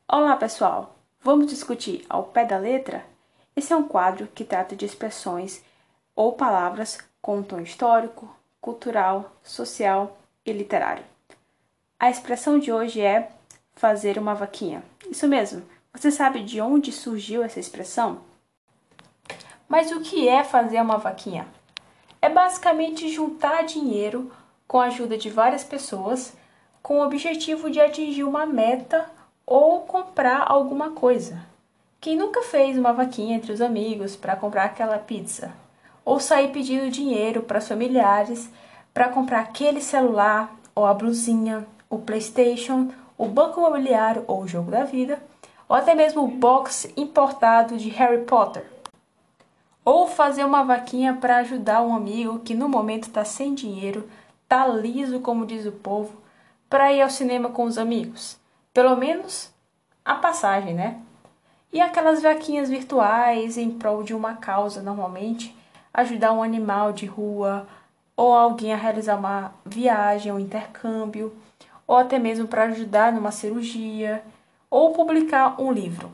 Olá, pessoal! Vamos discutir ao pé da letra? Esse é um quadro que trata de expressões ou palavras com um tom histórico, cultural, social e literário. A expressão de hoje é fazer uma vaquinha. Isso mesmo! Você sabe de onde surgiu essa expressão? Mas o que é fazer uma vaquinha? É basicamente juntar dinheiro com a ajuda de várias pessoas com o objetivo de atingir uma meta ou comprar alguma coisa. Quem nunca fez uma vaquinha entre os amigos para comprar aquela pizza? Ou sair pedindo dinheiro para os familiares para comprar aquele celular, ou a blusinha, o PlayStation, o banco imobiliário ou o jogo da vida, ou até mesmo o box importado de Harry Potter. Ou fazer uma vaquinha para ajudar um amigo que no momento está sem dinheiro, tá liso, como diz o povo, para ir ao cinema com os amigos. Pelo menos a passagem, né? E aquelas vaquinhas virtuais em prol de uma causa, normalmente, ajudar um animal de rua, ou alguém a realizar uma viagem, um intercâmbio, ou até mesmo para ajudar numa cirurgia, ou publicar um livro.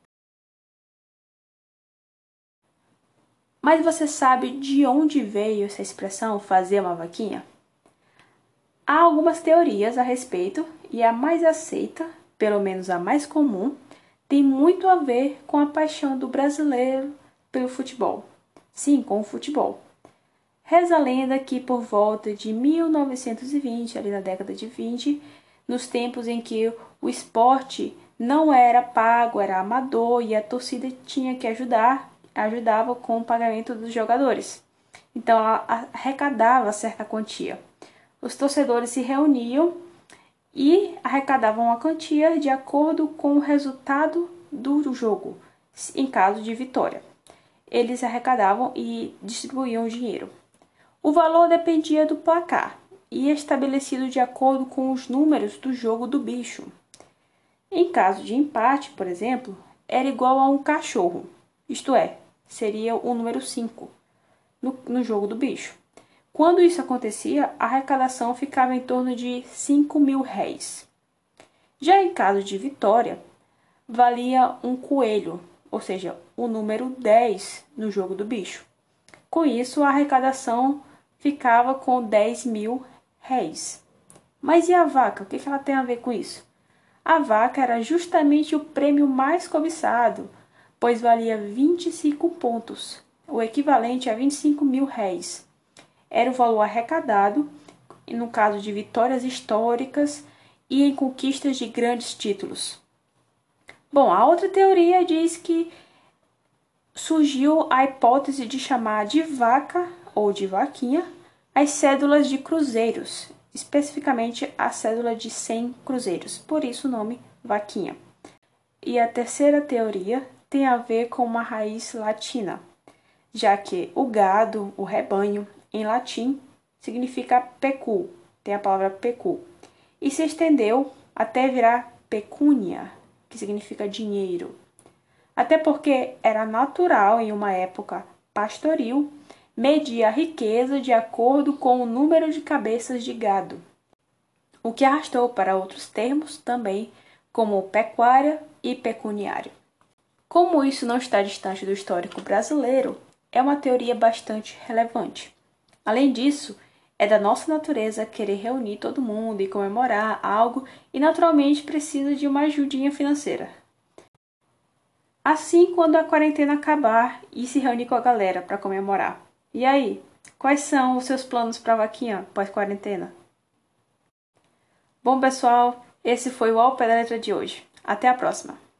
Mas você sabe de onde veio essa expressão fazer uma vaquinha? Há algumas teorias a respeito e a mais aceita, pelo menos a mais comum, tem muito a ver com a paixão do brasileiro pelo futebol. Sim, com o futebol. Reza a lenda que por volta de 1920, ali na década de 20, nos tempos em que o esporte não era pago, era amador e a torcida tinha que ajudava com o pagamento dos jogadores. Então ela arrecadava certa quantia. Os torcedores se reuniam e arrecadavam a quantia de acordo com o resultado do jogo, em caso de vitória. Eles arrecadavam e distribuíam o dinheiro. O valor dependia do placar e estabelecido de acordo com os números do jogo do bicho. Em caso de empate, por exemplo, era igual a um cachorro, isto é, seria o número 5 no jogo do bicho. Quando isso acontecia, a arrecadação ficava em torno de 5.000 réis. Já em caso de vitória, valia um coelho, ou seja, o número 10 no jogo do bicho. Com isso, a arrecadação ficava com 10.000 réis. Mas e a vaca? O que ela tem a ver com isso? A vaca era justamente o prêmio mais cobiçado, pois valia 25 pontos, o equivalente a 25.000 réis. Era o valor arrecadado, no caso de vitórias históricas e em conquistas de grandes títulos. Bom, a outra teoria diz que surgiu a hipótese de chamar de vaca ou de vaquinha as cédulas de cruzeiros, especificamente a cédula de 100 cruzeiros, por isso o nome vaquinha. E a terceira teoria tem a ver com uma raiz latina, já que o gado, o rebanho, em latim, significa pecul, tem a palavra pecul, e se estendeu até virar pecúnia, que significa dinheiro. Até porque era natural, em uma época pastoril, medir a riqueza de acordo com o número de cabeças de gado, o que arrastou para outros termos também, como pecuária e pecuniário. Como isso não está distante do histórico brasileiro, é uma teoria bastante relevante. Além disso, é da nossa natureza querer reunir todo mundo e comemorar algo e naturalmente precisa de uma ajudinha financeira. Assim, quando a quarentena acabar e se reunir com a galera para comemorar. E aí, quais são os seus planos para a vaquinha pós-quarentena? Bom, pessoal, esse foi o Ao Pé da Letra de hoje. Até a próxima!